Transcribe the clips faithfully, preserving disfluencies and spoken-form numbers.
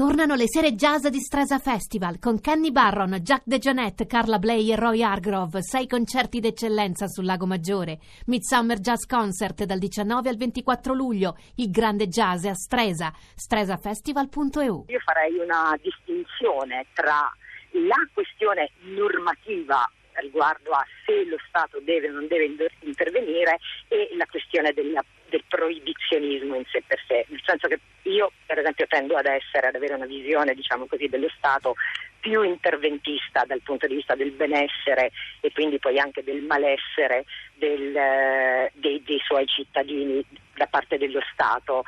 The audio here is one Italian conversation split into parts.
Tornano le sere jazz di Stresa Festival con Kenny Barron, Jack DeJohnette, Carla Bley e Roy Hargrove. Sei concerti d'eccellenza sul Lago Maggiore. Midsummer Jazz Concert dal diciannove al ventiquattro luglio. Il grande jazz è a Stresa. stresafestival punto e u. Io farei una distinzione tra la questione normativa riguardo a se lo Stato deve o non deve intervenire e la questione della, del proibizionismo in sé per sé, nel senso che io per esempio tendo ad essere, ad avere una visione diciamo così dello Stato più interventista dal punto di vista del benessere e quindi poi anche del malessere del, eh, dei, dei suoi cittadini da parte dello Stato,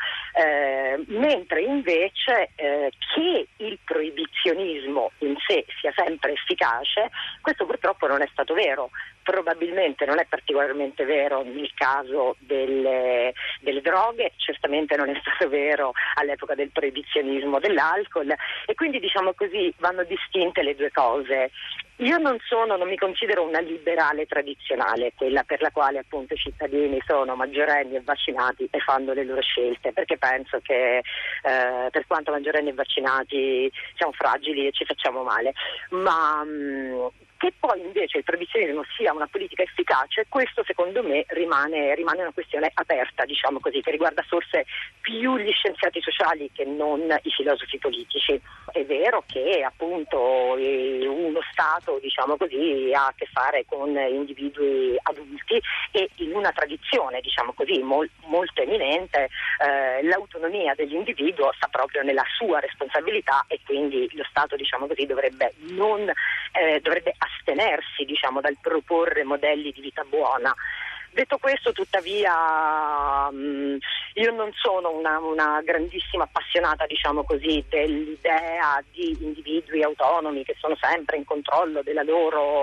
eh, mentre invece eh, che il proibizionismo in sé sia sempre efficace, questo purtroppo non è stato vero. Probabilmente non è particolarmente vero nel caso delle, delle droghe, certamente non è stato vero all'epoca del proibizionismo dell'alcol e quindi diciamo così vanno distinte le due cose. Io non sono, non mi considero una liberale tradizionale, quella per la quale appunto i cittadini sono maggiorenni e vaccinati e fanno le loro scelte, perché penso che eh, per quanto maggiorenni e vaccinati siamo fragili e ci facciamo male, ma mh, che poi invece il proibizionismo sia una politica efficace, questo secondo me rimane, rimane una questione aperta, diciamo così, che riguarda forse più gli scienziati sociali che non i filosofi politici. È vero che appunto eh, uno Stato, diciamo così, ha a che fare con individui adulti e in una tradizione, diciamo così, mol- molto eminente, eh, l'autonomia dell'individuo sta proprio nella sua responsabilità e quindi lo Stato, diciamo così, dovrebbe non eh, dovrebbe astenersi, diciamo, dal proporre modelli di vita buona. Detto questo, tuttavia, mh, io non sono una, una grandissima appassionata, diciamo così, dell'idea di individui autonomi che sono sempre in controllo della loro,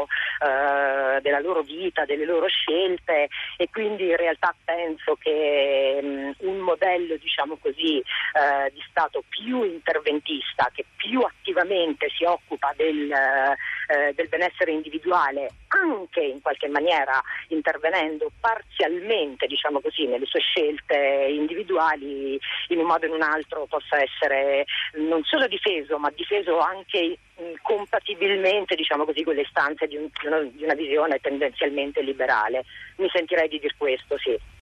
eh, della loro vita, delle loro scelte e quindi in realtà penso che mh, un modello, diciamo così, eh, di Stato più interventista, che più attivamente si occupa del, eh, del benessere individuale, anche in qualche maniera intervenendo parzialmente, diciamo così, nelle sue scelte individuali, in un modo o in un altro possa essere non solo difeso, ma difeso anche mh, compatibilmente, diciamo così, con le istanze di, un, di, una, di una visione tendenzialmente liberale. Mi sentirei di dir questo, sì.